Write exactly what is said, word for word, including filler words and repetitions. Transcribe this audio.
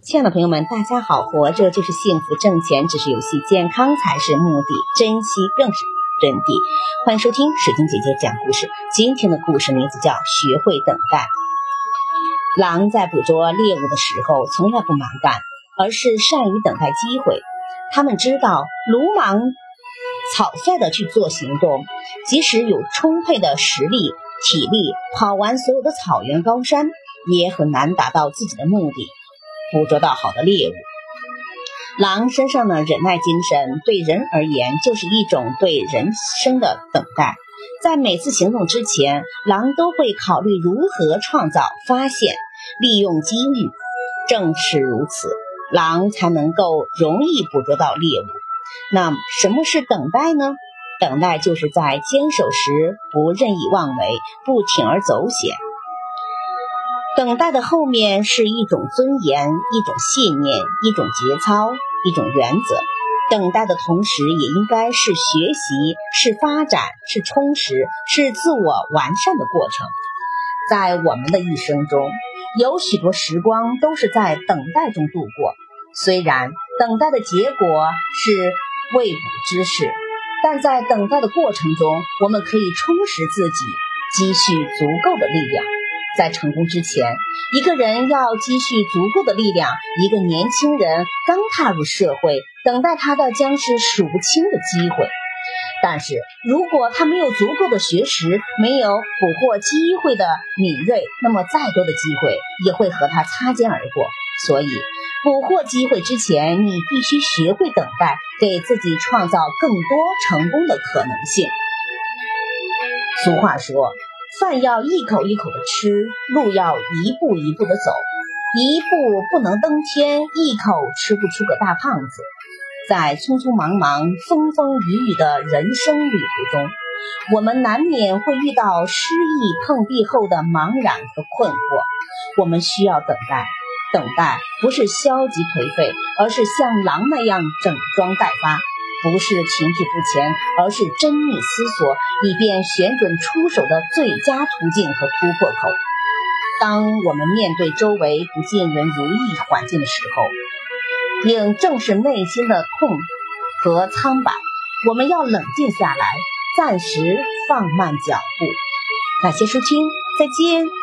亲爱的朋友们，大家好，活着就是幸福，挣钱只是游戏，健康才是目的，珍惜更是真谛。欢迎收听水晶姐姐讲故事。今天的故事名字叫学会等待。狼在捕捉猎物的时候从来不蛮干，而是善于等待机会。他们知道鲁莽草率的去做行动，即使有充沛的实力体力，跑完所有的草原高山，也很难达到自己的目的，捕捉到好的猎物。狼身上的忍耐精神对人而言就是一种对人生的等待，在每次行动之前，狼都会考虑如何创造、发现、利用机遇。正是如此，狼才能够容易捕捉到猎物。那么什么是等待呢？等待就是在坚守时不任意妄为，不铤而走险。等待的后面是一种尊严，一种信念，一种节操，一种原则。等待的同时也应该是学习，是发展，是充实，是自我完善的过程。在我们的一生中，有许多时光都是在等待中度过，虽然等待的结果是未卜之事，但在等待的过程中，我们可以充实自己，积蓄足够的力量。在成功之前，一个人要积蓄足够的力量。一个年轻人刚踏入社会，等待他的将是数不清的机会。但是如果他没有足够的学识，没有捕获机会的敏锐，那么再多的机会也会和他擦肩而过。所以捕获机会之前，你必须学会等待，给自己创造更多成功的可能性。俗话说，饭要一口一口的吃，路要一步一步的走，一步不能登天，一口吃不出个大胖子。在匆匆忙忙风风雨雨的人生旅途中，我们难免会遇到失意碰壁后的茫然和困惑。我们需要等待，等待不是消极颓废，而是像狼那样整装待发，不是停滞不前，而是缜密思索，以便选准出手的最佳途径和突破口。当我们面对周围不尽人如意环境的时候，应正视内心的痛和苍白。我们要冷静下来，暂时放慢脚步。感谢收听，再见。